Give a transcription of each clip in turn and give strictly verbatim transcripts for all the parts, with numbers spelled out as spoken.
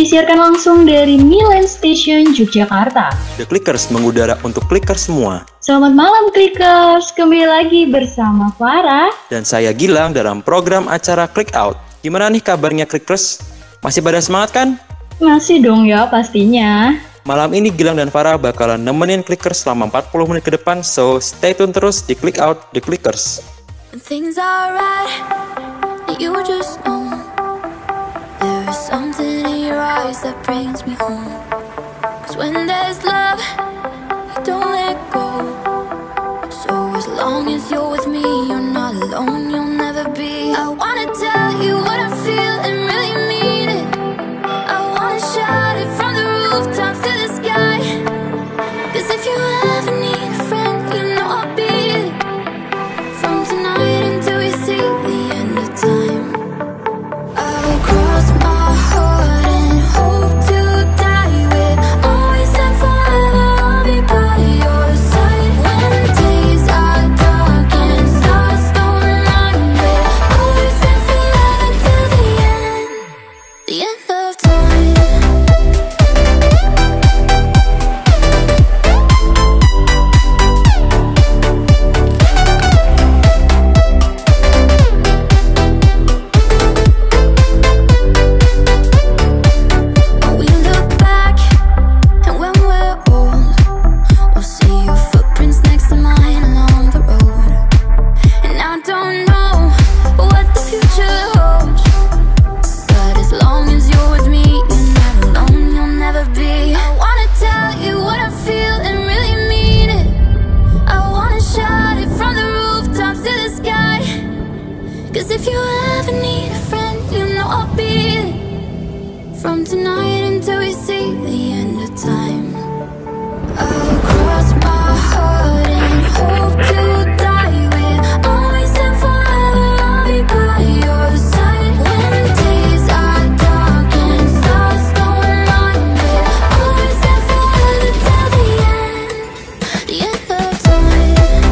Disiarkan langsung dari Milan Station, Yogyakarta. The Clickers mengudara untuk Clickers semua. Selamat malam Clickers, kembali lagi bersama Farah dan saya Gilang dalam program acara Click Out. Gimana nih kabarnya Clickers? Masih pada semangat kan? Masih dong ya pastinya. Malam ini Gilang dan Farah bakalan nemenin Clickers selama empat puluh menit ke depan, so stay tune terus di Click Out The Clickers. Things are right, you just know there is something in your eyes that brings me home. Cause when there's love, you don't let go. So as long as you're with me, you're not alone, you'll never be. I wanna tell you what I feel and really mean it. I wanna shout it from the rooftops to the sky. Cause if you ever need a friend, you know I'll be it. From tonight until we see the end of time, I'll cross my heart and hope to die with. Always and forever I'll be by your side. When days are dark and stars don't light with. Always and forever till the end, the end of time. When we look back and when we're old, we'll see your footprints next to mine along the road. And I don't know what the future holds, but as long as you're with me, you're not alone, you'll never be. I wanna tell you what I feel and really mean it. I wanna shout it from the rooftops to the sky. Cause if you ever need a friend, you know I'll be it. From tonight until we see the end of time, I'll cross my heart and hope to die with. Always and forever I'll be by your side. When days are dark and stars don't light with. Always and forever till the end, the end of time.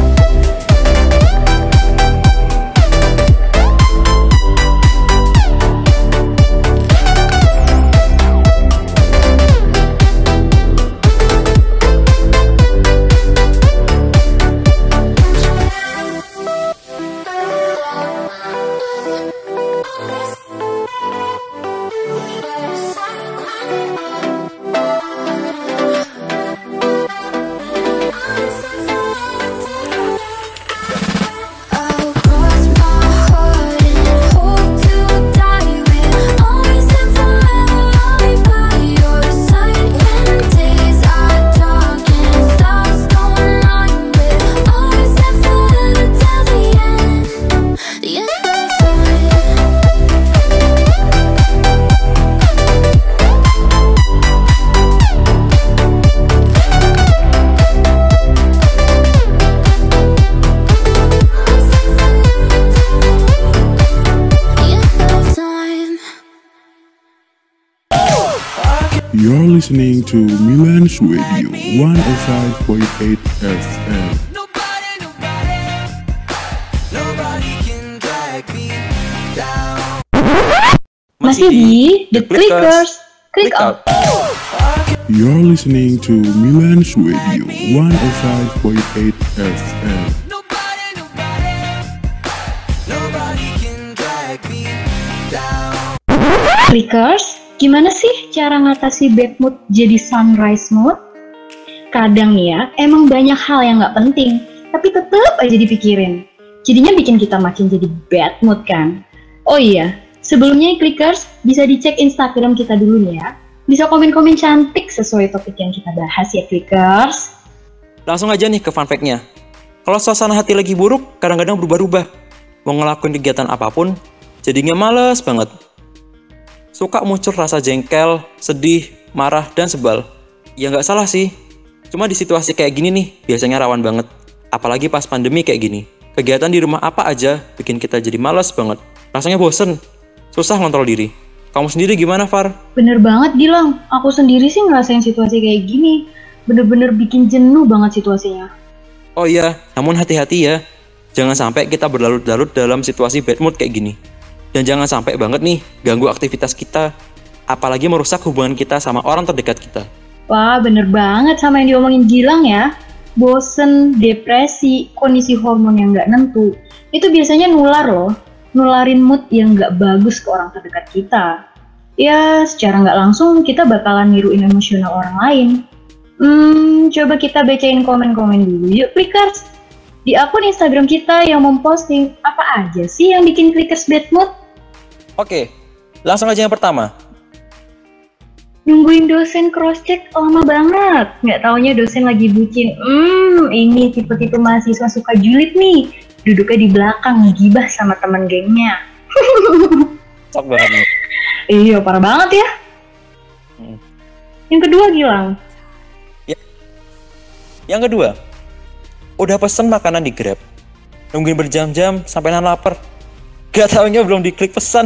I'll cross my heart and hope to die with. Always and forever I'll be by your side. When days are dark and stars don't light with. Always and forever till the end, the end of time. The end of time. You're listening to Milan's Radio one oh five point eight F M. Nobody, nobody, nobody can drag me down. Masih di The Clickers, Click Out. You're listening to Milan's Radio one oh five point eight F M. Nobody, nobody, nobody can drag me down. Clickers, gimana sih cara ngatasi bad mood jadi sunrise mood? Kadang nih ya, emang banyak hal yang nggak penting, tapi tetep aja dipikirin. Jadinya bikin kita makin jadi bad mood kan? Oh iya, sebelumnya Clickers bisa dicek Instagram kita dulu nih ya. Bisa komen-komen cantik sesuai topik yang kita bahas ya Clickers. Langsung aja nih ke fun fact-nya. Kalau suasana hati lagi buruk, kadang-kadang berubah-ubah. Mau ngelakuin kegiatan apapun, jadinya males banget. Suka muncul rasa jengkel, sedih, marah, dan sebal. Ya nggak salah sih. Cuma di situasi kayak gini nih, biasanya rawan banget. Apalagi pas pandemi kayak gini. Kegiatan di rumah apa aja bikin kita jadi males banget. Rasanya bosen, susah ngontrol diri. Kamu sendiri gimana, Far? Bener banget Gilang, aku sendiri sih ngerasain situasi kayak gini. Bener-bener bikin jenuh banget situasinya. Oh iya, namun hati-hati ya. Jangan sampai kita berlarut-larut dalam situasi bad mood kayak gini. Dan jangan sampai banget nih ganggu aktivitas kita. apalagi merusak hubungan kita sama orang terdekat kita. Wah, bener banget sama yang diomongin Gilang ya. Bosen, depresi, kondisi hormon yang nggak nentu, itu biasanya nular loh. Nularin mood yang nggak bagus ke orang terdekat kita. Ya, secara nggak langsung kita bakalan niruin emosional orang lain. Hmm, coba kita bacain komen-komen dulu yuk, Clickers. Di akun Instagram kita yang memposting apa aja sih yang bikin Clickers bad mood? Oke, langsung aja yang pertama. Nungguin dosen cross-check lama banget. Nggak taunya dosen lagi bucin. Hmm, ini tipe-tipe mahasiswa suka julid nih. Duduknya di belakang, ngegibah sama teman gengnya. Sok banget nih. Iya, parah banget ya. Hmm. Yang kedua, Gilang. Yang kedua, udah pesen makanan di Grab, nungguin berjam-jam sampai nahan lapar, gak taunya belum diklik pesan.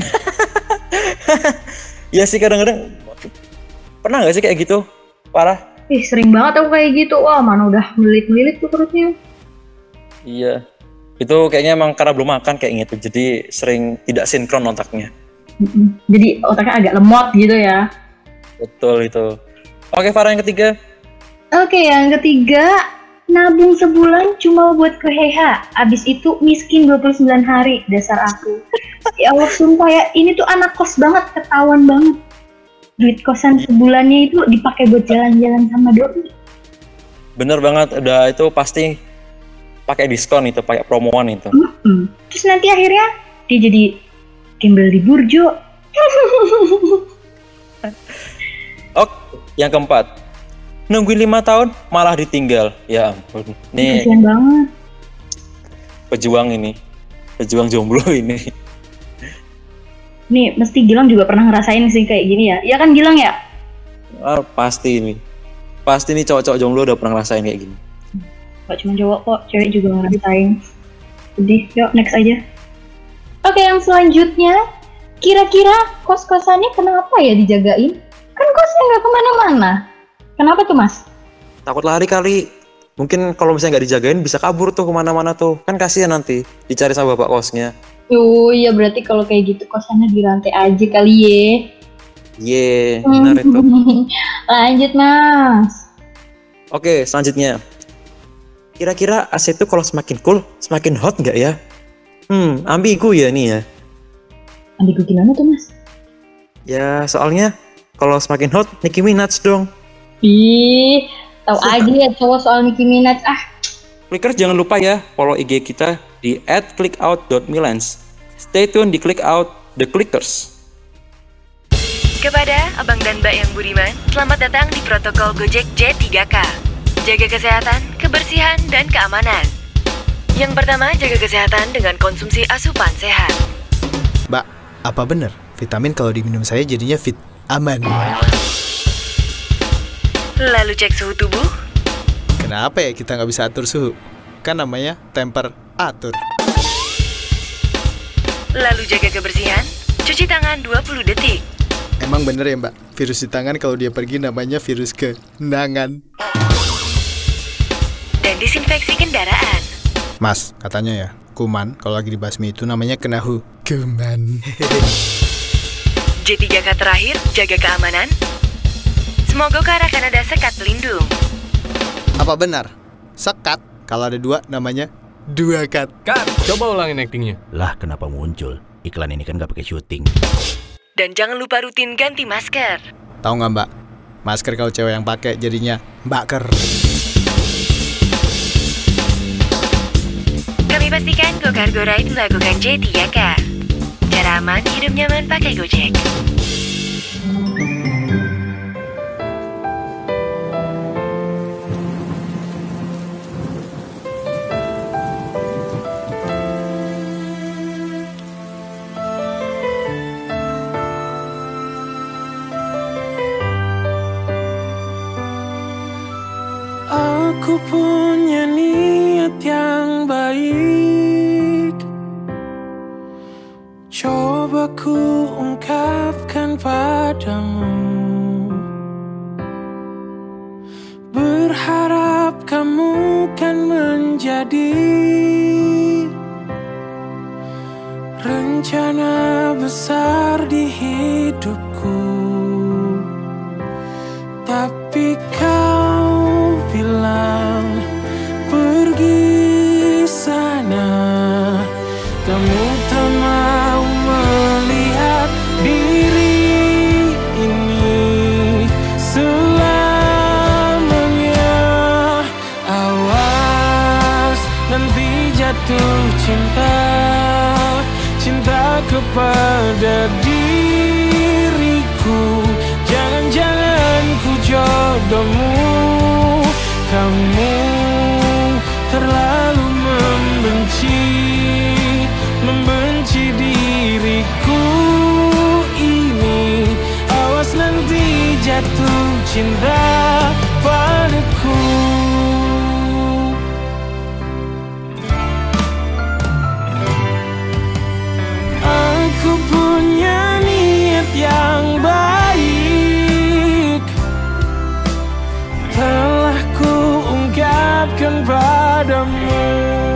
Ya sih, kadang-kadang pernah gak sih kayak gitu? Parah. Ih, sering banget aku kayak gitu. Wah, mana udah melilit-melilit tuh perutnya. Iya, itu kayaknya emang karena belum makan kayak gitu, jadi sering tidak sinkron otaknya. Mm-mm. Jadi otaknya agak lemot gitu ya. Betul itu. Oke, Farah yang ketiga. Oke, yang ketiga, nabung sebulan cuma buat ke heha. Abis itu miskin dua puluh sembilan hari, dasar aku. Ya Allah, sumpah ya, ini tuh anak kos banget, ketahuan banget. Duit kosan sebulannya itu dipakai buat jalan-jalan sama doi. Bener banget, udah itu pasti pakai diskon itu, pakai promoan itu. Mm-mm. Terus nanti akhirnya dia jadi gembel di burjo. Oke, yang keempat, nungguin lima tahun malah ditinggal. Ya ampun, nih Kasian banget. pejuang ini, pejuang jomblo ini. Nih, mesti Gilang juga pernah ngerasain sih kayak gini ya. Ya kan Gilang ya? Ah, pasti ini, pasti nih cowok-cowok jomblo udah pernah ngerasain kayak gini. Gak cuma cowok kok, cewek juga ngerasain. Sedih, yuk next aja. Oke, yang selanjutnya, kira-kira kos-kosannya kenapa ya dijagain? Kan kosnya nggak kemana-mana. Kenapa tuh, Mas? Takut lari kali. Mungkin kalau misalnya nggak dijagain bisa kabur tuh kemana-mana tuh. Kan kasihan nanti dicari sama bapak kosnya. Oh iya, berarti kalau kayak gitu kosannya dirantai aja kali ye. Ye, benar itu. Lanjut, Mas. Oke, selanjutnya. Kira-kira A C itu kalau semakin cool, semakin hot nggak ya? Hmm, ambigu ya nih ya. Ambigu gimana tuh, Mas? Ya, soalnya kalau semakin hot, Nicki Minaj dong. Ih, tahu aja ya cowok soal Nicki Minaj. Ah, Clickers jangan lupa ya, follow I G kita di at clickout dot milans. Stay tune di Clickout The Clickers. Kepada abang dan mbak yang budiman, selamat datang di protokol Gojek J tiga K. Jaga kesehatan, kebersihan, dan keamanan. Yang pertama, jaga kesehatan dengan konsumsi asupan sehat. Mbak, apa bener vitamin kalau diminum saya jadinya fit, aman? Lalu cek suhu tubuh. Kenapa ya kita nggak bisa atur suhu? Kan namanya temper atur. Lalu jaga kebersihan, cuci tangan dua puluh detik. Emang bener ya mbak, virus di tangan kalau dia pergi namanya virus kenangan. Dan disinfeksi kendaraan. Mas, katanya ya, kuman kalau lagi dibasmi itu namanya kenahu. Kuman. J tiga K terakhir, jaga keamanan. Smogokar akan ada sekat pelindung. Apa benar? Sekat, kalau ada dua namanya dua kat. Kat, coba ulangin actingnya. Lah kenapa muncul? Iklan ini kan gak pakai syuting. Dan jangan lupa rutin ganti masker. Tahu nggak mbak? Masker kalau cewek yang pakai jadinya baker. Kami pastikan Go Cargo Ride melakukan J tiga K. Cara aman, hidup nyaman pakai Gojek. Aku punya niat yang baik, coba ku ungkapkan padamu. Berharap kamu kan menjadi rencana besar di hidupku. cinta, cinta kepada diriku. Jangan-jangan ku jodohmu, kamu terlalu membenci, membenci diriku ini. Awas nanti jatuh cinta padaku. Aku punya niat yang baik, telah ku ungkapkan padamu.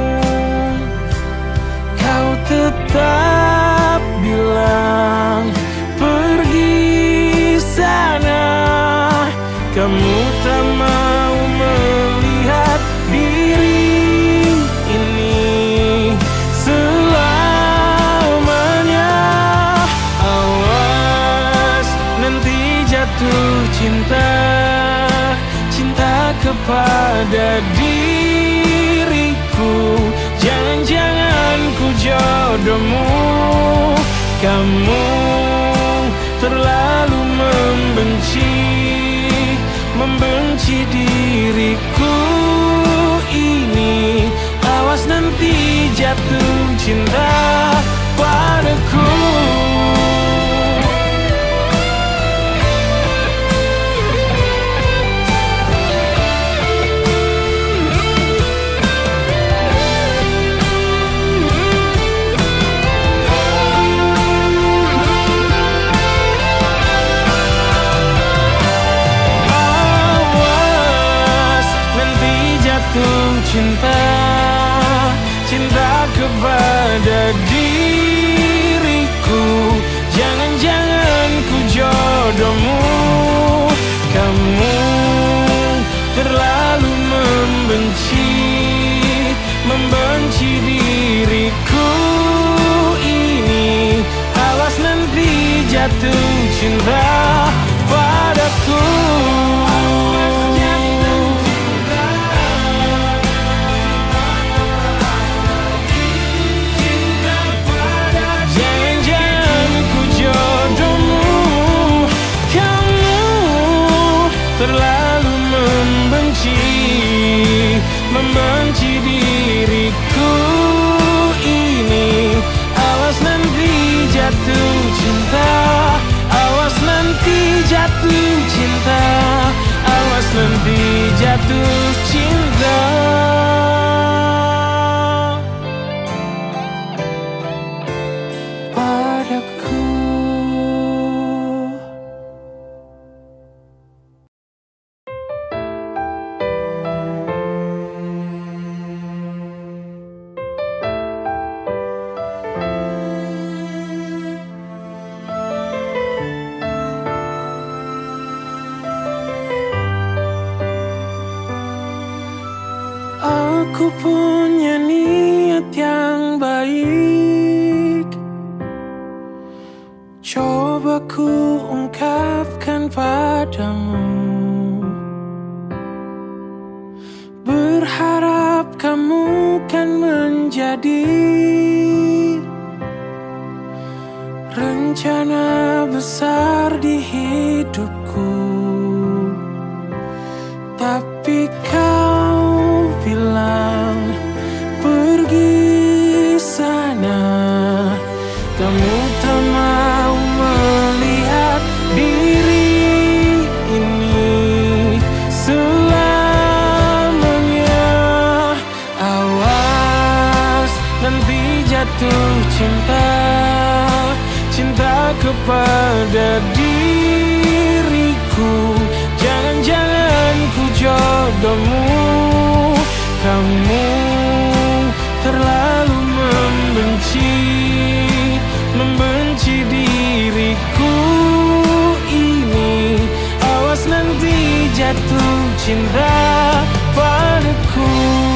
Kau tetap bilang pergi sana, kamu tak mau melihat diri ini selamanya. Awas nanti jatuh cinta, cinta kepada diriku. Jangan-jangan ku jodohmu, kamu terlalu membenci, membenci diriku ini. Awas nanti jatuh cinta padaku. Cinta, cinta kepada diriku. Jangan-jangan ku jodohmu, kamu terlalu membenci, membenci diriku ini. Awas nanti jatuh cinta padaku. Terlalu membenci, membenci diriku ini. Awas nanti jatuh cinta, awas nanti jatuh cinta, awas nanti jatuh cinta padaku. Aku punya niat yang baik, coba ku ungkapkan padamu. Berharap kamu kan menjadi rencana besar di hidupku. Tapi kau bilang pergi sana, kamu tak mau melihat diri ini selamanya. Awas nanti jatuh cinta, cinta kepada diriku. Jangan-jangan ku jodohmu, kamu terlalu membenci, membenci diriku ini. Awas nanti jatuh cinta padaku.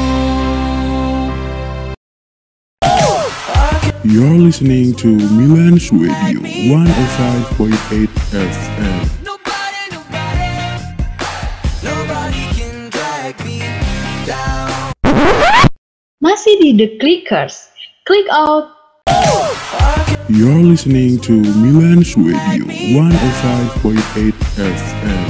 You're listening to Milan's Radio one oh five point eight F M. Masih di The Clickers, Click out. You're listening to Milan's Radio one oh five point eight F M.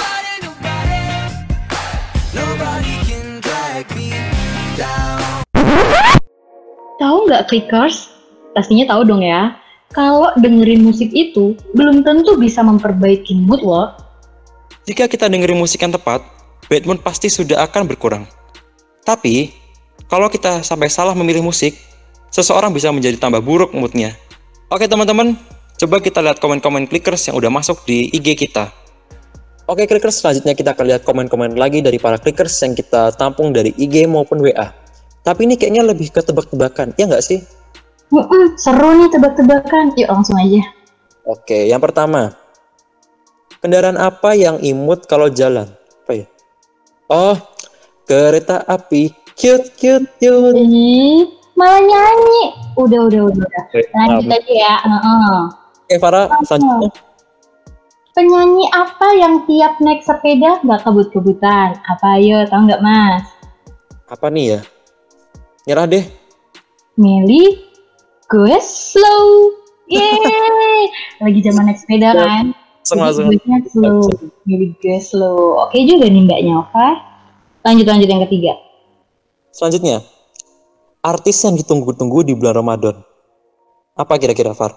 Tahu nggak Clickers? Pastinya tahu dong ya. Kalau dengerin musik itu belum tentu bisa memperbaiki mood loh. Jika kita dengerin musik yang tepat, bad mood pasti sudah akan berkurang. Tapi, kalau kita sampai salah memilih musik, seseorang bisa menjadi tambah buruk moodnya. Oke teman-teman, coba kita lihat komen-komen Clickers yang udah masuk di I G kita. Oke Clickers, selanjutnya kita akan lihat komen-komen lagi dari para Clickers yang kita tampung dari I G maupun W A. Tapi ini kayaknya lebih ke tebak-tebakan, ya nggak sih? Mm-mm, seru nih tebak-tebakan, yuk langsung aja. Oke, yang pertama. Kendaraan apa yang imut kalau jalan? Apa ya? Oh, kereta api. Cute, cute, cute. Ih, malah nyanyi. Udah, udah, udah. udah. Oke, Lanjut maaf. aja ya. Uh-uh. Oke, Farah, selanjutnya. Penyanyi apa yang tiap naik sepeda nggak kebut-kebutan? Apa ayo, tahu nggak Mas? Apa nih ya? Nyerah deh. Melly Goeslaw. Yeay. Lagi zaman naik sepeda kan? Langsung, langsung. Jadi slow. Melly Goeslaw. Oke juga nih mbaknya, oke? Lanjut, lanjut yang ketiga. Selanjutnya, artis yang ditunggu-tunggu di bulan Ramadan. Apa kira-kira, Far?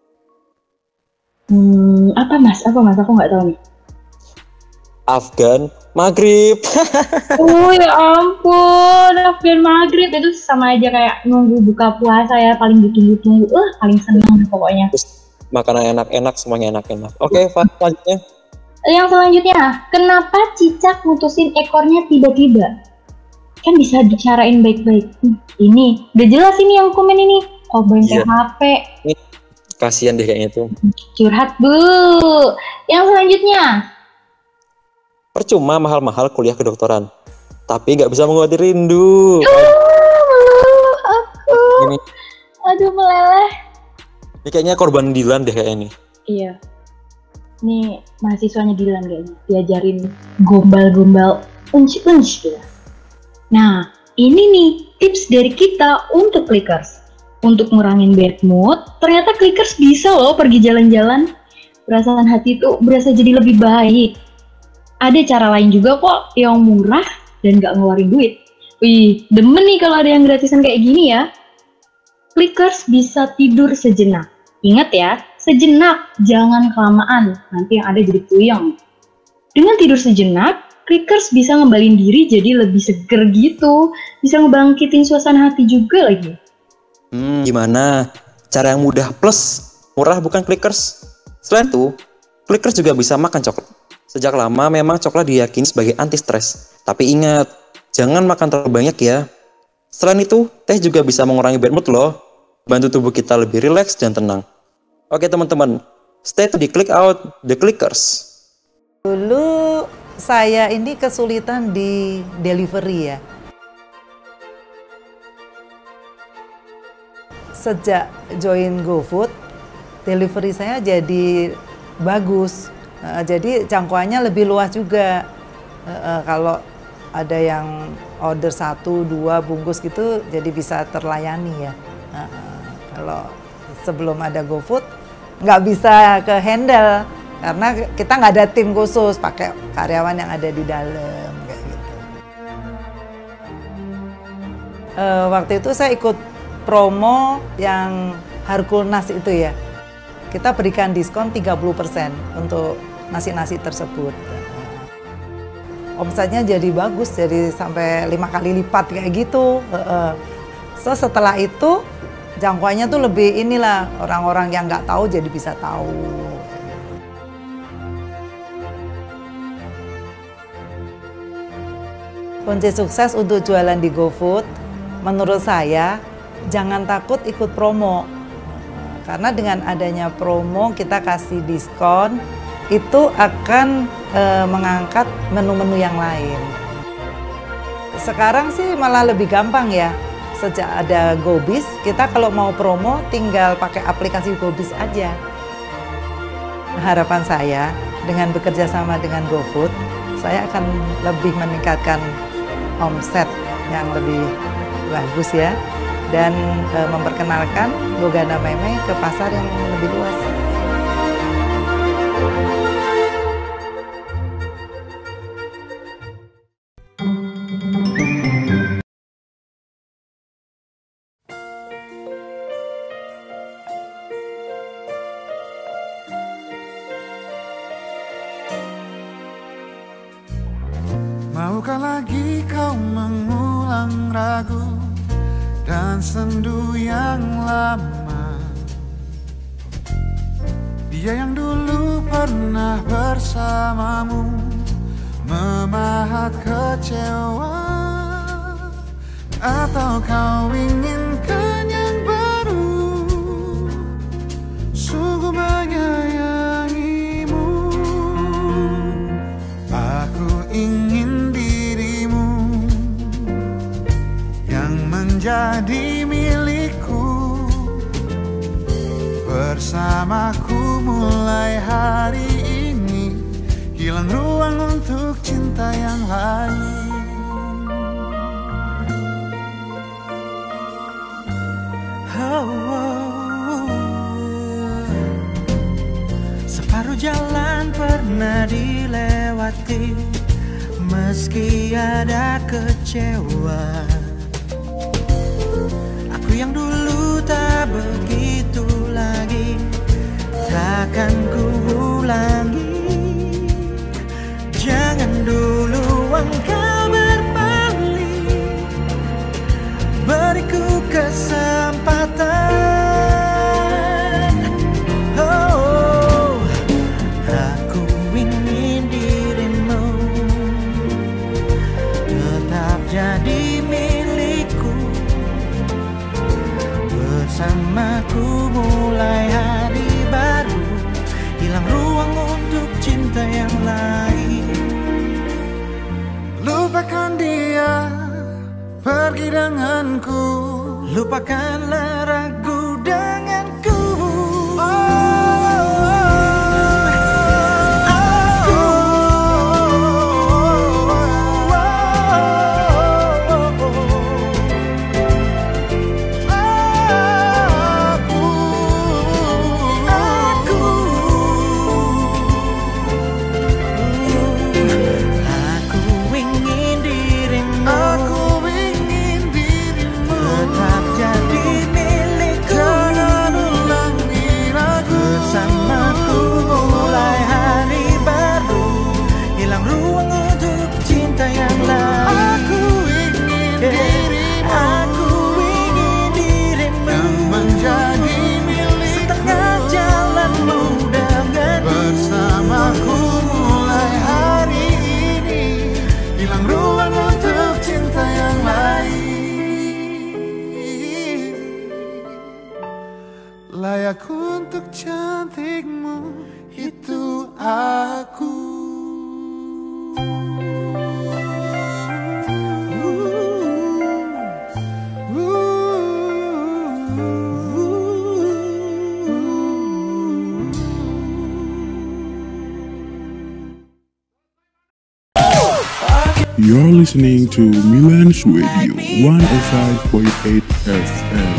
Hmm, apa Mas? Apa Mas? Aku nggak tahu nih. Afgan Maghrib. Oh ya ampun, Afgan Maghrib itu sama aja kayak nunggu buka puasa ya, paling ditunggu-tunggu. Uh, paling senang pokoknya. Terus makanan enak-enak, semuanya enak-enak. Oke, Far, selanjutnya. Yang selanjutnya, kenapa cicak mutusin ekornya tiba-tiba? Kan bisa dicarain baik-baik. Hmm, ini, udah jelas ini yang komen ini. Korban Iya. P H P. Ini kasihan deh kayaknya tuh. Curhat bu. Yang selanjutnya, Percuma mahal-mahal kuliah kedokteran, tapi nggak bisa mengobati rindu. uh, aku, Ini, aduh meleleh. ini kayaknya korban Dilan deh kayak ini. Iya. Ini mahasiswanya Dilan kayaknya. Diajarin gombal-gombal unci-unci gitu. Nah, ini nih tips dari kita untuk Clickers. Untuk ngurangin bad mood, ternyata Clickers bisa loh pergi jalan-jalan. Perasaan hati itu berasa jadi lebih baik. Ada cara lain juga kok yang murah dan gak ngeluarin duit. Wih, demen nih kalau ada yang gratisan kayak gini ya. Clickers bisa tidur sejenak. Ingat ya, sejenak, jangan kelamaan. Nanti yang ada jadi puyeng. Dengan tidur sejenak, Clickers bisa ngembalin diri jadi lebih seger gitu. Bisa ngebangkitin suasana hati juga lagi. Hmm, gimana? Cara yang mudah plus murah bukan Clickers? Selain itu, Clickers juga bisa makan coklat. Sejak lama memang coklat diyakini sebagai anti stres. Tapi ingat, jangan makan terlalu banyak ya. Selain itu, teh juga bisa mengurangi bad mood loh. Bantu tubuh kita lebih rileks dan tenang. Oke teman-teman, stay to di Click Out The Clickers. Dulu saya ini kesulitan di delivery ya. Sejak join GoFood, delivery saya jadi bagus. Uh, jadi jangkauannya lebih luas juga. Uh, uh, kalau ada yang order satu, dua bungkus gitu, jadi bisa terlayani ya. Uh, uh, kalau sebelum ada GoFood, nggak bisa ke handle karena kita nggak ada tim khusus, pakai karyawan yang ada di dalam kayak gitu. Uh, waktu itu saya ikut promo yang Harkulnas itu ya. Kita berikan diskon tiga puluh persen untuk nasi-nasi tersebut. Omsetnya jadi bagus, jadi sampai lima kali lipat kayak gitu. So setelah itu jangkauannya tuh lebih inilah, orang-orang yang nggak tahu jadi bisa tahu. Kunci sukses untuk jualan di GoFood, menurut saya jangan takut ikut promo. Karena dengan adanya promo kita kasih diskon, itu akan e, mengangkat menu-menu yang lain. Sekarang sih malah lebih gampang ya. Sejak ada GoBiz, kita kalau mau promo tinggal pakai aplikasi GoBiz aja. Harapan saya dengan bekerja sama dengan GoFood, saya akan lebih meningkatkan omset yang lebih bagus ya. dan e, memperkenalkan Bogana Meme ke pasar yang lebih luas. Maukah lagi kau mengulang ragu dan sendu yang lama? Dia yang dulu pernah bersamamu memahat kecewa. Atau kau inginkan yang baru, sungguh menyayangimu. Aku ingin dirimu yang menjadi milikku, bersamaku mulai hari ini, hilang ruang untuk cinta yang lain. Oh, oh, oh. Separuh jalan pernah dilewati, meski ada kecewa. Aku yang dulu tak begitu lagi, takkan ku ulangi. Jangan dulu engkau berbalik, beriku kesempatan. Oh, aku ingin dirimu tetap jadi milikku, bersamaku mulai hari baru, hilang ruang untuk cinta yang lain. Lupakan dia, pergi denganku, lupakanlah ragu denganku. Layak untuk cantikmu, itu aku. You're listening to Milan's Radio one oh five point eight F M.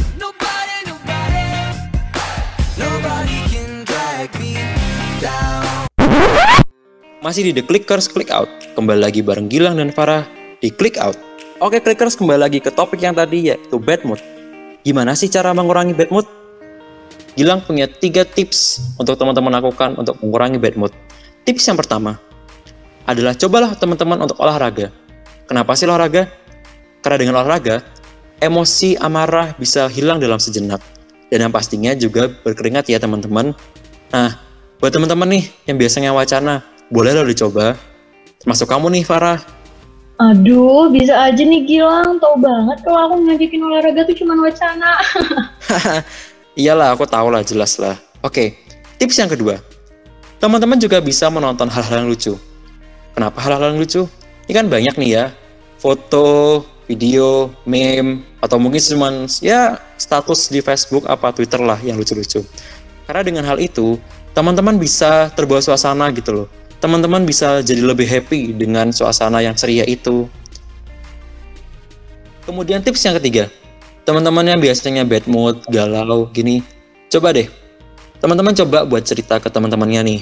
Masih di The Clickers Click Out, kembali lagi bareng Gilang dan Farah di Click Out. Oke Clickers, kembali lagi ke topik yang tadi, yaitu bad mood. Gimana sih cara mengurangi bad mood? Gilang punya tiga tips untuk teman-teman lakukan untuk mengurangi bad mood. Tips yang pertama adalah cobalah teman-teman untuk olahraga. Kenapa sih olahraga? Karena dengan olahraga, emosi amarah bisa hilang dalam sejenak. Dan yang pastinya juga berkeringat ya teman-teman. Nah, buat teman-teman nih yang biasanya wacana, boleh lo dicoba. Termasuk kamu nih, Farah. Aduh, bisa aja nih Gilang. Tau banget kalau aku ngajakin olahraga tuh cuma wacana. Iyalah, aku tahu lah, jelas lah. Oke, tips yang kedua. Teman-teman juga bisa menonton hal-hal yang lucu. Kenapa hal-hal yang lucu? Ini kan banyak nih ya. Foto, video, meme, atau mungkin cuma ya status di Facebook apa Twitter lah yang lucu-lucu. Karena dengan hal itu, teman-teman bisa terbawa suasana gitu loh. Teman-teman bisa jadi lebih happy dengan suasana yang ceria itu. Kemudian tips yang ketiga, Teman-teman yang biasanya bad mood, galau, gini, coba deh. Teman-teman coba buat cerita ke teman-temannya nih.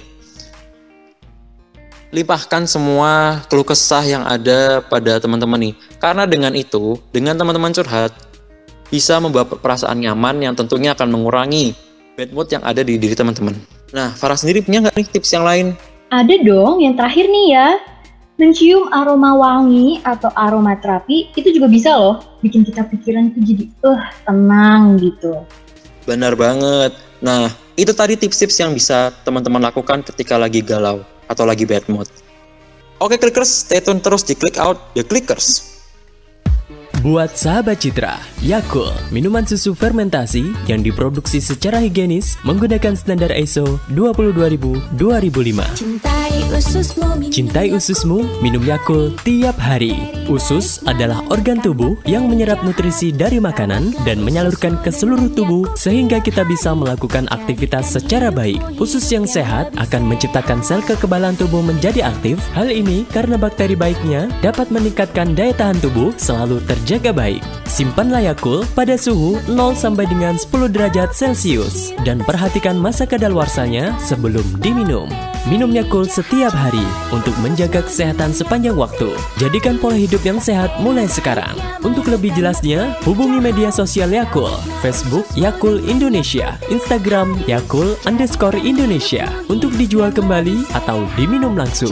Limpahkan semua keluh kesah yang ada pada teman-teman nih. Karena dengan itu, dengan teman-teman curhat, bisa membawa perasaan nyaman yang tentunya akan mengurangi bad mood yang ada di diri teman-teman. Nah, Farah sendiri punya nggak nih tips yang lain? Ada dong, yang terakhir nih ya. Mencium aroma wangi atau aromaterapi itu juga bisa loh bikin kita pikiran tuh jadi eh uh, tenang gitu. Benar banget. Nah, itu tadi tips-tips yang bisa teman-teman lakukan ketika lagi galau atau lagi bad mood. Oke Clickers, stay tune terus di Click Out The Clickers. Buat sahabat Citra, Yakult, minuman susu fermentasi yang diproduksi secara higienis menggunakan standar I S O dua puluh dua ribu dua ribu lima. Cintai ususmu, minum Cintai ususmu, minum Yakult tiap hari. Usus adalah organ tubuh yang menyerap nutrisi dari makanan dan menyalurkan ke seluruh tubuh sehingga kita bisa melakukan aktivitas secara baik. Usus yang sehat akan menciptakan sel kekebalan tubuh menjadi aktif. Hal ini karena bakteri baiknya dapat meningkatkan daya tahan tubuh selalu terjaga baik. Simpanlah Yakult pada suhu nol sampai dengan sepuluh derajat Celcius dan perhatikan masa kadaluarsanya sebelum diminum. Minum Yakult setiap hari untuk menjaga kesehatan sepanjang waktu. Jadikan pola hidup yang sehat mulai sekarang. Untuk lebih jelasnya, hubungi media sosial Yakult, Facebook Yakult Indonesia, Instagram Yakult underscore Indonesia untuk dijual kembali atau diminum langsung.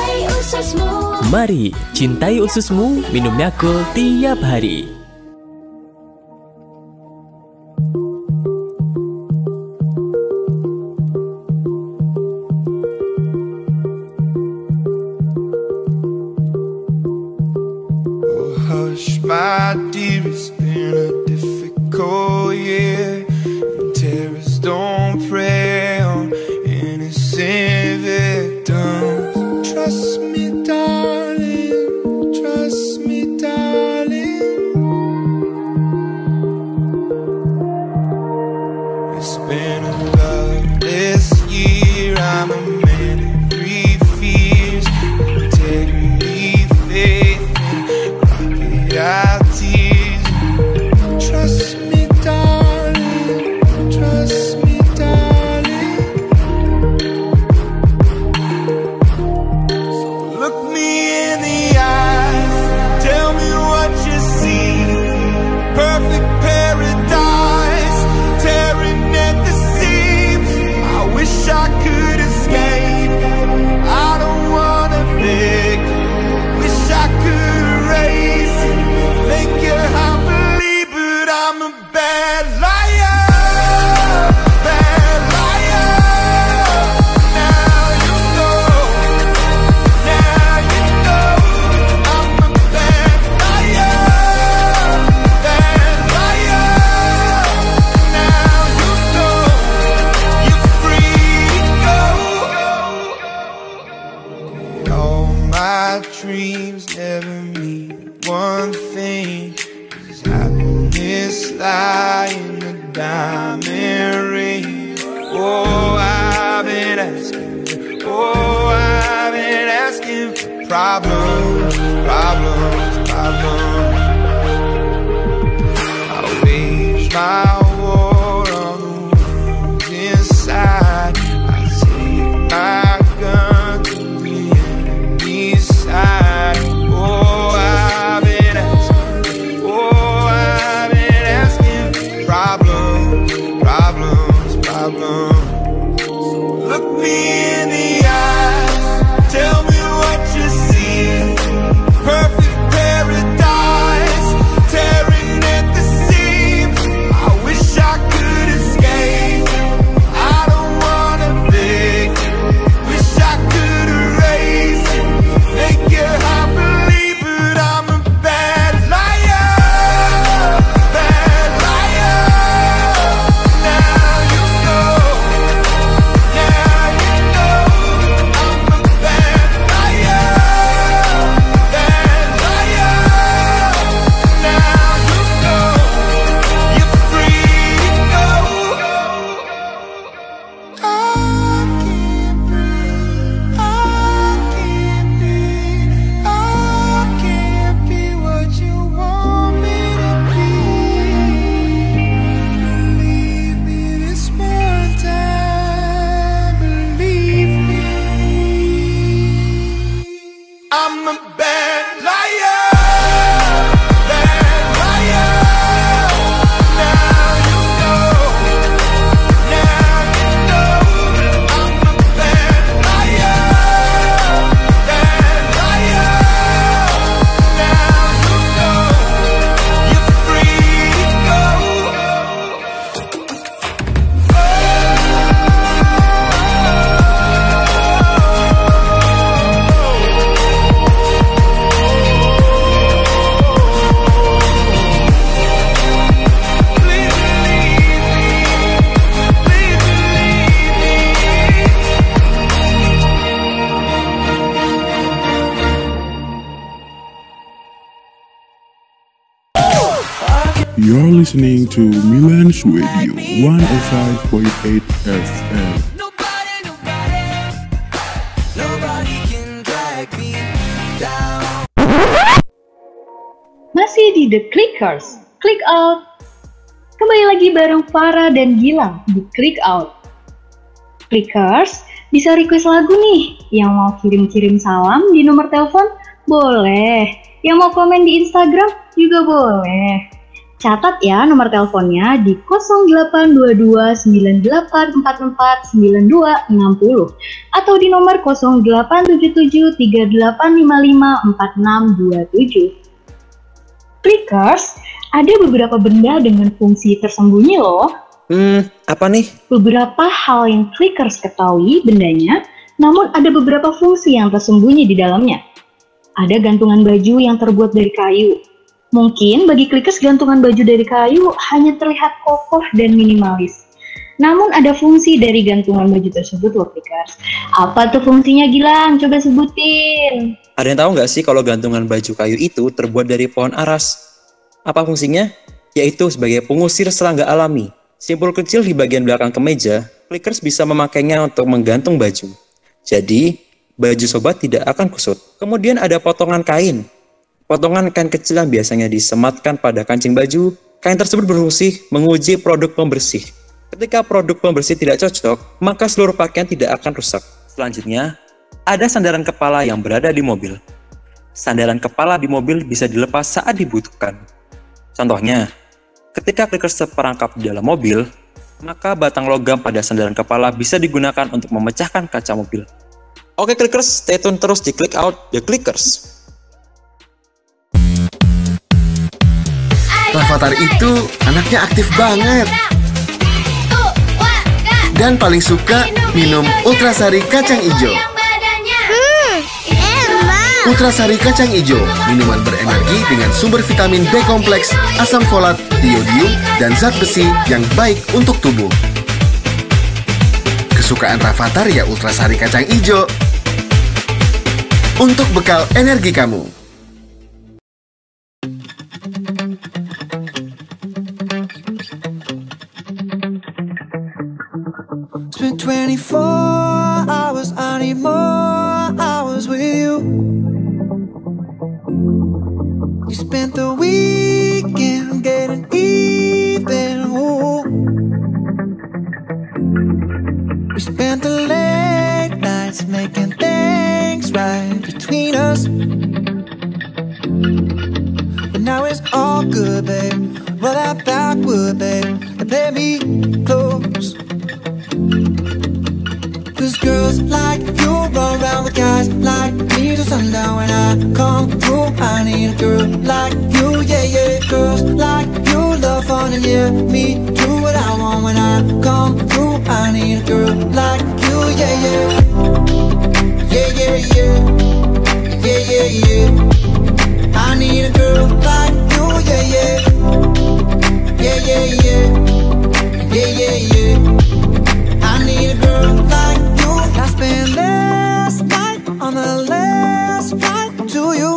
Mari, cintai ususmu, minum Yakult tiap hari. My dear, it's been a difficult year, and terrorists don't prey on innocent victims. Trust me, darling, trust me, darling. It's been a loveless year, I'm a man of three fears: integrity, faith, I tease. Trust me, darling, trust me, darling. So look me in the eyes, tell me what you see. Perfect paradise, tearing at the seams. I wish I could escape, I don't wanna beg. Wish I could erase, make you happily, but I'm a bad liar, bad liar. Now you know, now you know, I'm a bad liar, bad liar. Now you know, you're free to go. All my dreams never mean one thing, is happiness lie in the diamond ring. Oh, I've been asking, oh, I've been asking for problems, problems, problems. I wage my war on the ones inside. I take my gun to the enemy's side. Oh, I've been asking, oh, I've been asking for problems, problems, problems. So look me in the eyes, tell me what you see. Perfect paradise, tearing at the seams. I wish I'm a bad liar. Bad liar. Now you know. Now you know. I'm a bad liar. Bad liar. Now you know. You're free to go. You're listening to Milan's Radio one oh five point eight F M. Masih di The Clickers, Click Out. Kembali lagi bareng Farah dan Gilang di Click Out. Clickers, bisa request lagu nih. Yang mau kirim-kirim salam di nomor telepon? Boleh. Yang mau komen di Instagram? Juga boleh. Catat ya nomor teleponnya di nol delapan dua dua sembilan delapan empat empat sembilan dua enam nol atau di nomor nol delapan tujuh tujuh tiga delapan lima lima empat enam dua tujuh. Clickers, ada beberapa benda dengan fungsi tersembunyi loh. Hmm, apa nih? Beberapa hal yang Clickers ketahui bendanya, namun ada beberapa fungsi yang tersembunyi di dalamnya. Ada gantungan baju yang terbuat dari kayu. Mungkin bagi Clickers gantungan baju dari kayu hanya terlihat kokoh dan minimalis. Namun ada fungsi dari gantungan baju tersebut loh Clickers. Apa tuh fungsinya Gilang? Coba sebutin. Ada yang tahu nggak sih kalau gantungan baju kayu itu terbuat dari pohon aras? Apa fungsinya? Yaitu sebagai pengusir serangga alami. Simpul kecil di bagian belakang kemeja, Clickers bisa memakainya untuk menggantung baju. Jadi, baju sobat tidak akan kusut. Kemudian ada potongan kain. Potongan kain kecil yang biasanya disematkan pada kancing baju, kain tersebut berfungsi menguji produk pembersih. Ketika produk pembersih tidak cocok, maka seluruh pakaian tidak akan rusak. Selanjutnya, ada sandaran kepala yang berada di mobil. Sandaran kepala di mobil bisa dilepas saat dibutuhkan. Contohnya, ketika Clickers seperangkap di dalam mobil, maka batang logam pada sandaran kepala bisa digunakan untuk memecahkan kaca mobil. Oke Clickers, stay tune terus di Click Out The Clickers. Rafathar itu anaknya aktif banget dan paling suka minum Ultrasari kacang ijo. Ultrasari kacang ijo, minuman berenergi dengan sumber vitamin B kompleks, asam folat, iodium, dan zat besi yang baik untuk tubuh. Kesukaan Rafathar ya Ultrasari kacang ijo. Untuk bekal energi kamu. Spent twenty-four hours, I need more hours with you. You spent the weekend getting even, ooh. We spent the late nights making things right between us. But now it's all good, babe. Roll that backward, babe, and play me close. Cause girls like you run around with guys like me till sundown. When I come through, I need a girl like you, yeah, yeah. Girls like you love fun and yeah, me do what I want. When I come through, I need a girl like you, yeah, yeah. Yeah, yeah, yeah. Yeah, yeah, yeah. I need a girl like you, yeah, yeah. Yeah, yeah, yeah. Yeah, yeah, yeah. I need a girl like you. I spent last night on the last flight to you.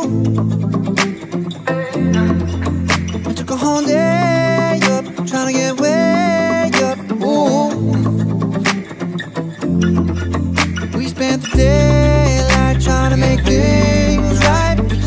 I took a whole day up, trying to get way up. Ooh. We spent the daylight trying to make things right.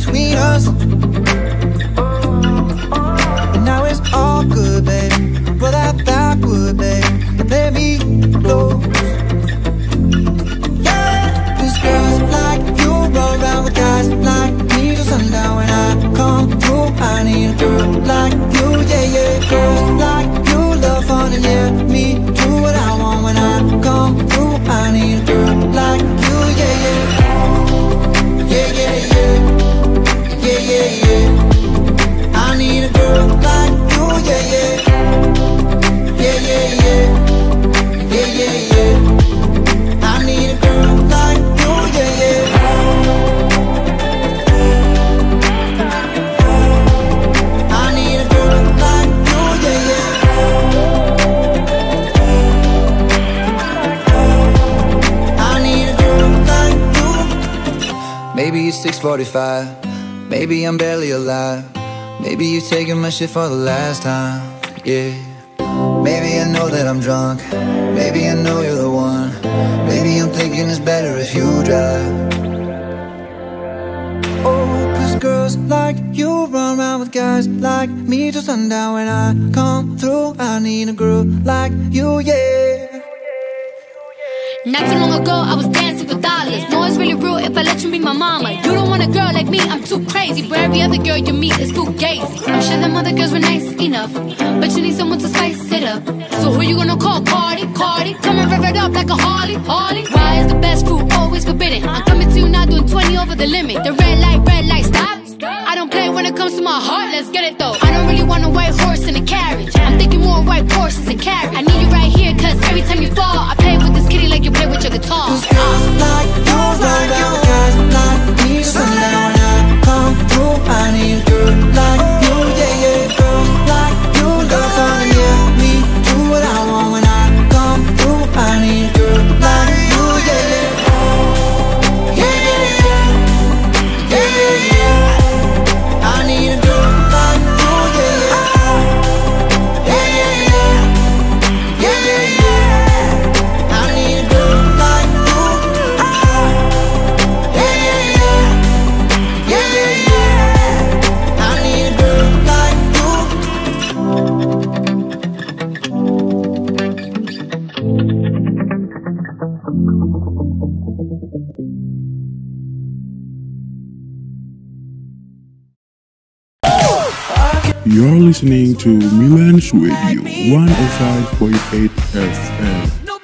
Maybe it's six forty-five. Maybe I'm barely alive. Maybe you're taking my shit for the last time. Yeah. Maybe I know that I'm drunk. Maybe I know you're the one. Maybe I'm thinking it's better if you drive. Oh, cause girls like you run around with guys like me till sundown. When I come through, I need a girl like you, yeah. Not too long ago, I was dancing for dollars. No, it's really real if I let you be my mama. You don't want a girl like me, I'm too crazy. But every other girl you meet is fugazi. I'm sure them other girls were nice enough, but you need someone to spice it up. So who you gonna call? Cardi, Cardi. Come and rev it up like a Harley, Harley. Why is the best food always forbidden? I'm coming to you now doing twenty over the limit. The red light, red light, stop. I don't play when it comes to my heart, let's get it though. I don't really want a white horse in a carriage. I'm thinking more white horses and carriage. I need you right here, cause every time you fall, I play with this kitty like you play with your guitar. Cause girls like you run around with guys like me till sundown. When I come through, I need a girl like you, yeah, yeah. Girls like you love fun, yeah. Me do what I want when I come through. I need a girl like you, yeah, yeah. Yeah, yeah, yeah. Yeah, yeah, yeah. I need a girl like you, yeah, yeah. Yeah, yeah, yeah. Yeah, yeah, yeah. I need a girl like you. Yeah, yeah, yeah. Yeah, yeah, yeah. I need a girl like you. You're listening to Milan's Radio one oh five point eight F M.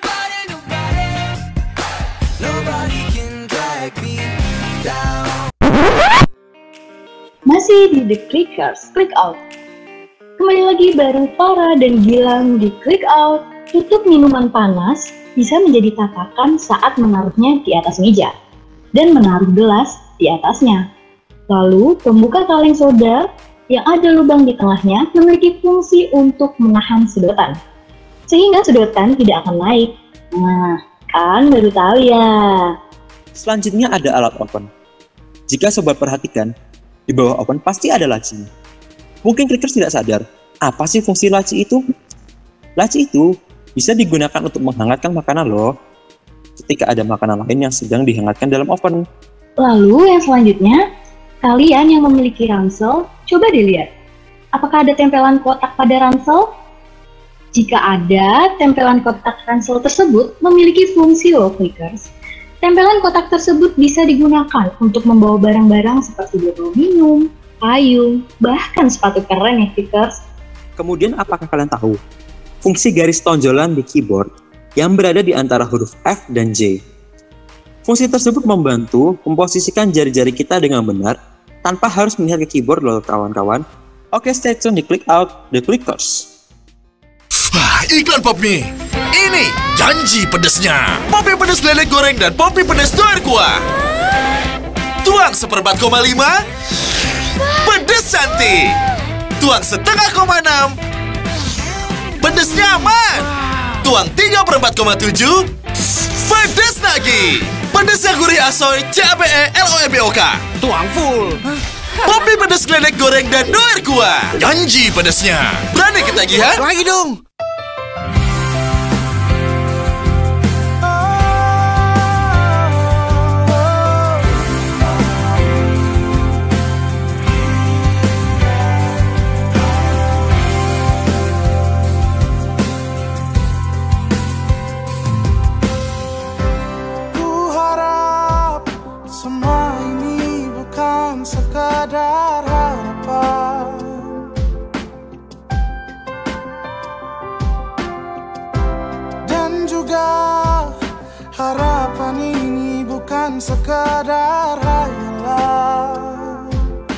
Masih di The Clickers, Click Out. Kembali lagi bareng Farah dan Gilang di Click Out. Tutup minuman panas bisa menjadi tatakan saat menaruhnya di atas meja dan menaruh gelas di atasnya. Lalu, pembuka kaleng soda yang ada lubang di tengahnya memiliki fungsi untuk menahan sedotan, sehingga sedotan tidak akan naik. Nah, kan baru tahu ya. Selanjutnya ada alat oven. Jika sobat perhatikan, di bawah oven pasti ada laci. Mungkin Clickers tidak sadar, apa sih fungsi laci itu? Laci itu bisa digunakan untuk menghangatkan makanan loh, ketika ada makanan lain yang sedang dihangatkan dalam oven. Lalu yang selanjutnya, kalian yang memiliki ransel, coba dilihat. Apakah ada tempelan kotak pada ransel? Jika ada, tempelan kotak ransel tersebut memiliki fungsi loh, Clickers. Tempelan kotak tersebut bisa digunakan untuk membawa barang-barang seperti botol minum, payung, bahkan sepatu keren ya, Clickers. Kemudian apakah kalian tahu fungsi garis tonjolan di keyboard yang berada di antara huruf F dan J? Fungsi tersebut membantu memposisikan jari-jari kita dengan benar tanpa harus melihat ke keyboard loh kawan-kawan. Oke, stay tune di Click Out The Clickers. Wah, iklan Popmi. Ini janji pedesnya. Popi pedes lele goreng dan Popi pedes doer kuah. Tuang seperempat koma lima, pedes cantik. Tuang setengah koma enam, pedes nyaman. Tuang tiga per empat koma tujuh, pedes lagi. Pedes yang gurih asoy C A B E L O M B O K. Tuang full. Popi pedes geledek goreng dan doer kuah. Janji pedesnya. Berani ketagihan? Lagi dong. Sekadar harapan, dan juga harapan ini bukan sekadar hayalan.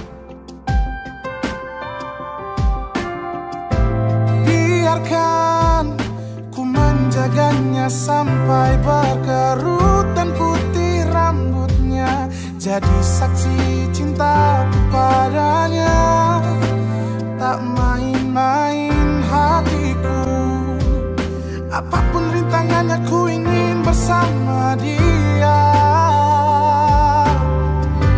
Biarkan ku menjaganya sampai berkerut dan putih rambutnya, jadi saksi cintaku padanya. Tak main-main hatiku, apapun rintangannya ku ingin bersama dia.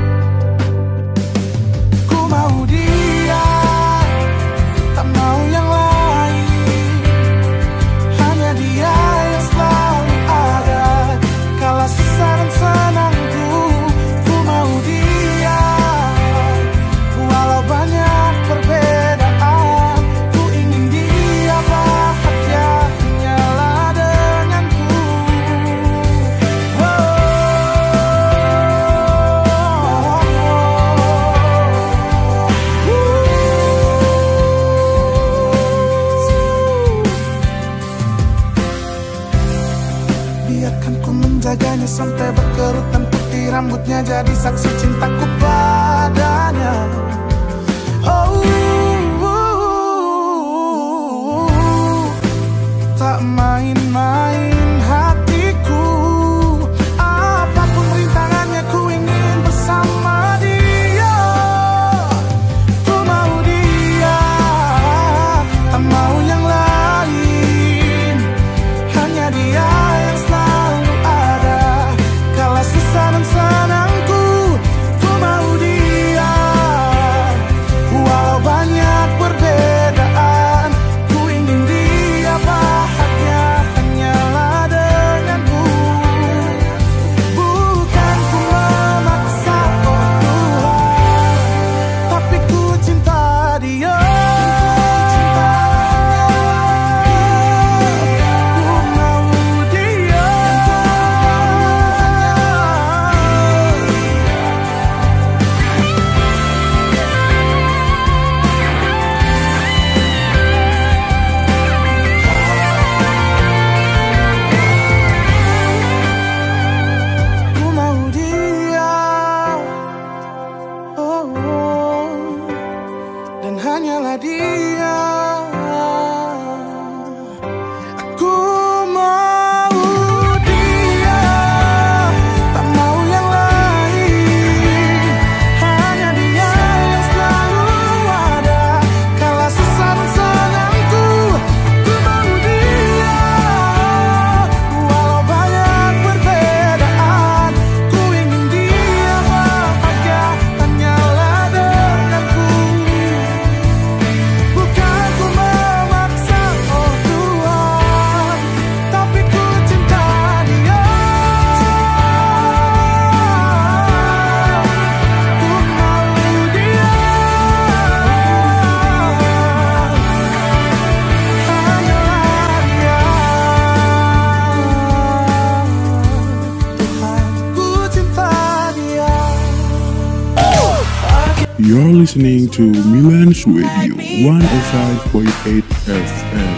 You're listening to Milan's Radio one oh five point eight F M.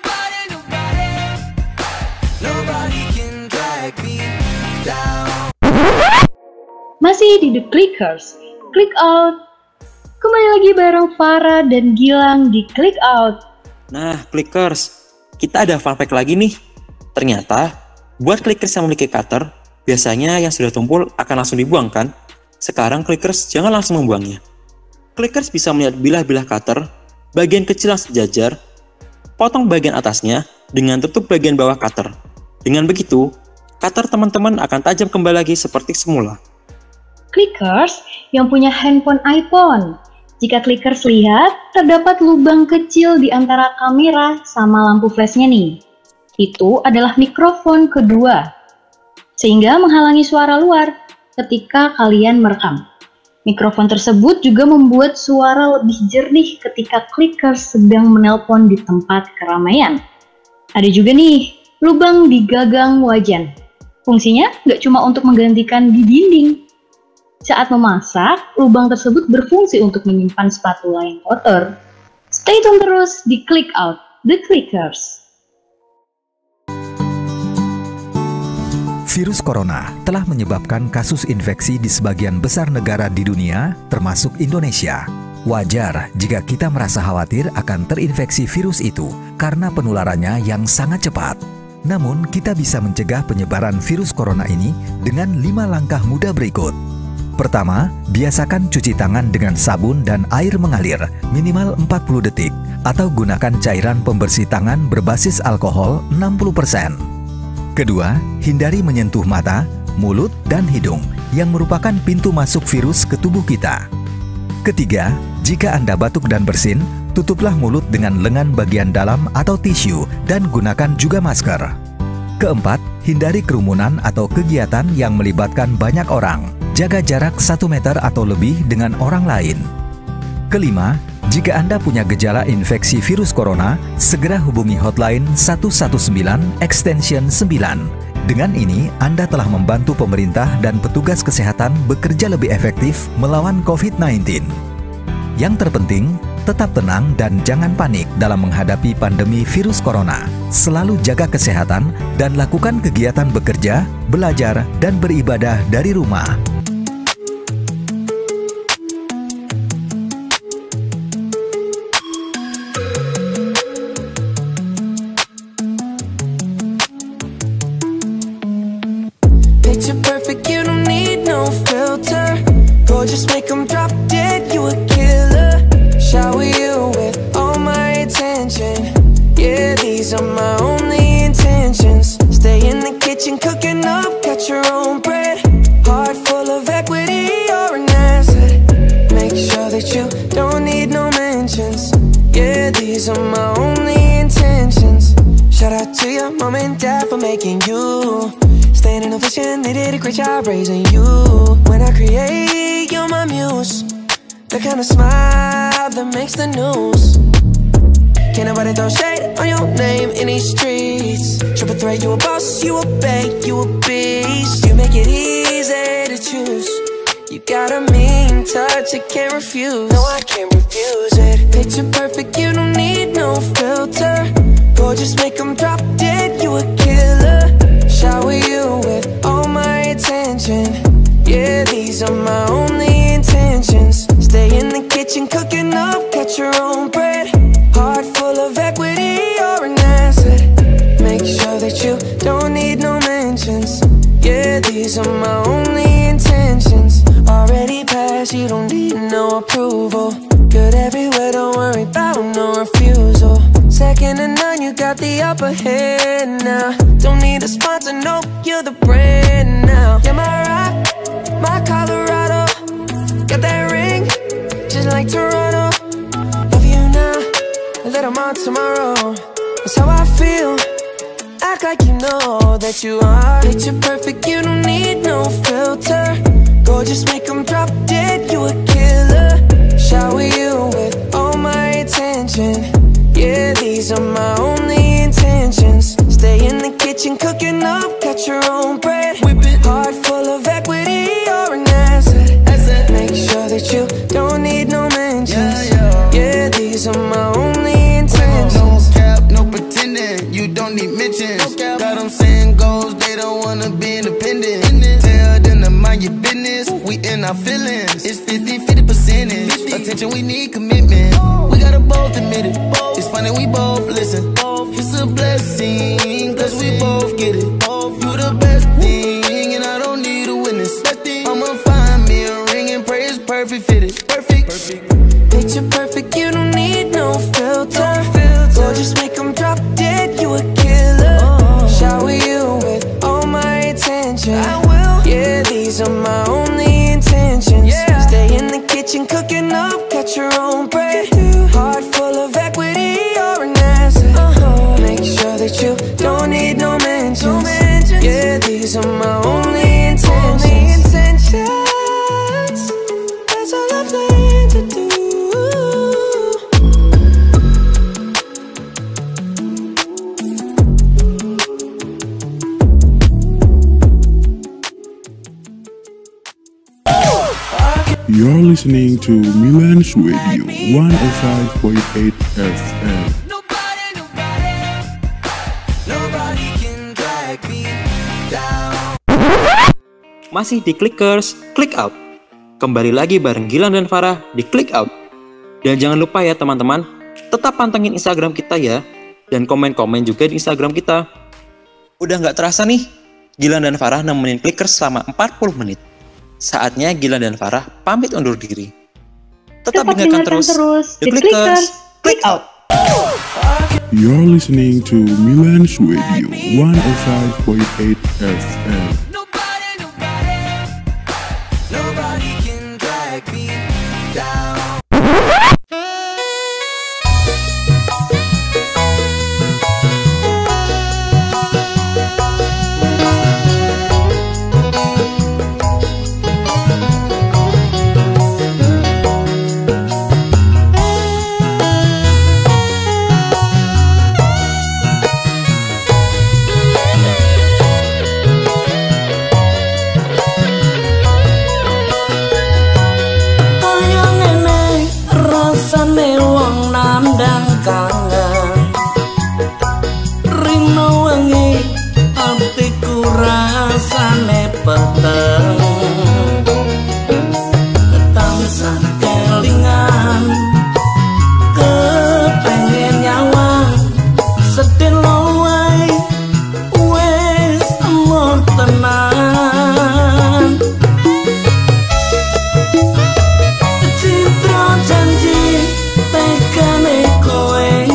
Masih di The Clickers, Click Out. Kembali lagi bareng Farah dan Gilang di Click Out. Nah, Clickers, kita ada fun fact lagi nih. Ternyata, buat Clickers yang memiliki cutter, biasanya yang sudah tumpul akan langsung dibuang kan? Sekarang Clickers jangan langsung membuangnya. Clickers bisa melihat bilah-bilah cutter, bagian kecil yang sejajar, potong bagian atasnya dengan tutup bagian bawah cutter. Dengan begitu, cutter teman-teman akan tajam kembali lagi seperti semula. Clickers yang punya handphone iPhone, jika Clickers lihat, terdapat lubang kecil di antara kamera sama lampu flashnya nih. Itu adalah mikrofon kedua, sehingga menghalangi suara luar ketika kalian merekam. Mikrofon tersebut juga membuat suara lebih jernih ketika Clickers sedang menelpon di tempat keramaian. Ada juga nih, lubang di gagang wajan. Fungsinya nggak cuma untuk menggantikan di dinding. Saat memasak, lubang tersebut berfungsi untuk menyimpan spatula yang kotor. Stay tune terus di Click Out, The Clickers. Virus corona telah menyebabkan kasus infeksi di sebagian besar negara di dunia, termasuk Indonesia. Wajar jika kita merasa khawatir akan terinfeksi virus itu karena penularannya yang sangat cepat. Namun, kita bisa mencegah penyebaran virus corona ini dengan lima langkah mudah berikut. Pertama, biasakan cuci tangan dengan sabun dan air mengalir minimal empat puluh detik atau gunakan cairan pembersih tangan berbasis alkohol enam puluh persen. Kedua, hindari menyentuh mata, mulut, dan hidung yang merupakan pintu masuk virus ke tubuh kita. Ketiga, jika Anda batuk dan bersin, tutuplah mulut dengan lengan bagian dalam atau tisu dan gunakan juga masker. Keempat, hindari kerumunan atau kegiatan yang melibatkan banyak orang. Jaga jarak satu meter atau lebih dengan orang lain. Kelima, jika Anda punya gejala infeksi virus corona, segera hubungi hotline satu satu sembilan extension sembilan. Dengan ini, Anda telah membantu pemerintah dan petugas kesehatan bekerja lebih efektif melawan covid sembilan belas. Yang terpenting, tetap tenang dan jangan panik dalam menghadapi pandemi virus corona. Selalu jaga kesehatan dan lakukan kegiatan bekerja, belajar, dan beribadah dari rumah. Picture perfect, you don't need no filter. Gorgeous, make them drop dead, you a killer. Shower you with all my attention. Yeah, these are my only intentions. Stay in the kitchen cooking up, got your own bread. Heart full of equity, you're an asset. Make sure that you don't need no mentions. Yeah, these are my only intentions. Shout out to your mom and dad for making you. Staying in ovation, they did a great job raising you. When I create, you're my muse. The kind of smile that makes the news. Can't nobody throw shade on your name in these streets. Triple threat, you a boss, you a bank, you a beast. You make it easy to choose. You got a mean touch, I can't refuse. No, I can't refuse it. Picture perfect, you don't need no filter. Gorgeous, make them drop dead, you a killer. Shower you with all my attention. Yeah, these are my only intentions. Stay in the kitchen cooking up, got your own bread. Heart full of equity, you're an asset. Make sure that you don't need no mentions. Yeah, these are my only intentions. Already passed, you don't need no approval. Good everywhere, don't worry about no refusal. Second to none, you got the upper hand now. Don't need a sponsor, no, you're the brand now. You're my rock, my Colorado. Got that ring, just like Toronto. Love you now, a little more tomorrow. That's how I feel, act like you know that you are. Picture perfect, you don't need no filter. Gorgeous, make them drop dead, you a killer. Shower you with all my attention. Yeah, these are my only intentions. Stay in the kitchen cooking up, got your own bread. Heart full of equity, you're an asset. Make sure that you don't need feelings. It's fifty fifty percentage. Attention, we need commitment. We gotta both admit it. It's funny we both listen. It's a blessing, cause we both get it. You the best thing, and I don't need a witness. I'ma find me a ring and pray it's perfect fitted. Perfect. Picture perfect, you don't need no filter. Gorgeous, make them drop dead, you a killer. Shower you with all my attention. I will. Yeah, these are my only intentions. Stay in the kitchen cooking up, catch your own bread. Heart full of equity, you're an asset. Make sure that you don't need no mentions. Yeah, these are my only intentions. That's all I plan to do. You're listening to Milan's Radio one oh five point eight F M. Masih di Clickers, Click Out. Kembali lagi bareng Gilang dan Farah di Click Out. Dan jangan lupa ya teman-teman, tetap pantengin Instagram kita ya. Dan komen-komen juga di Instagram kita. Udah nggak terasa nih, Gilang dan Farah nemenin Clickers selama empat puluh menit. Saatnya Gilang dan Farah pamit undur diri. Tetap, Tetap dengarkan terus, terus The Clickers, Click Out. You're listening to Milan's Radio one oh five point eight F M. Cinta janji tekane kowe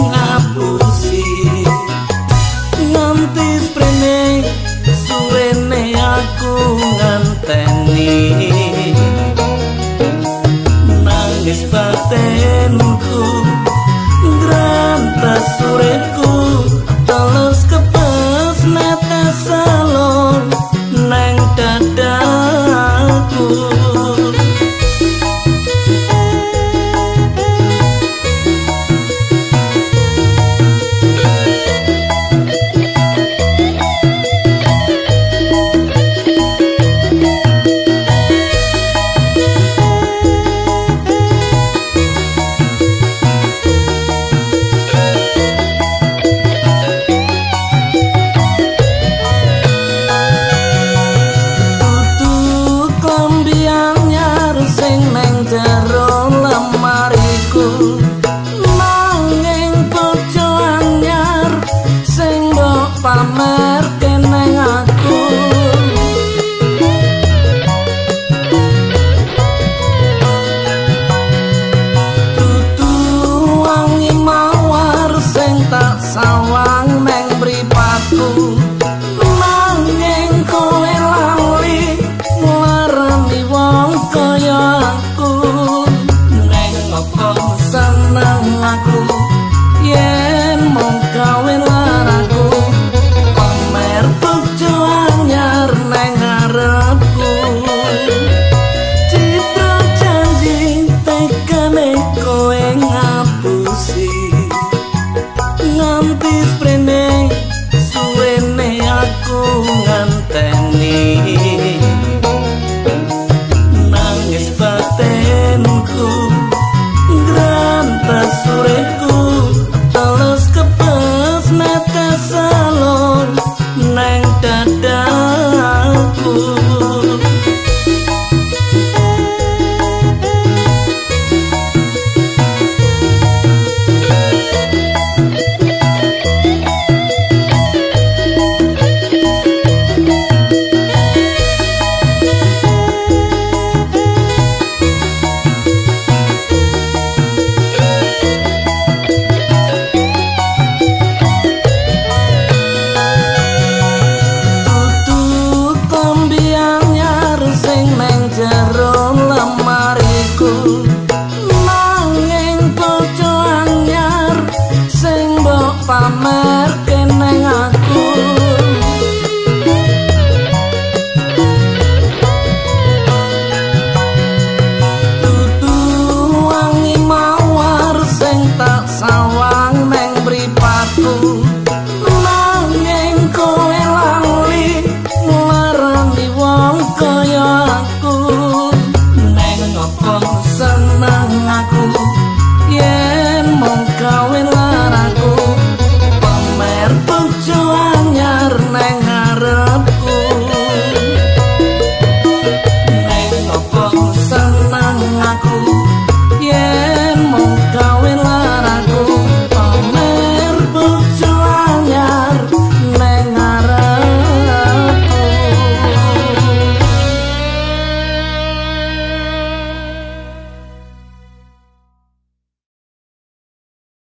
aku.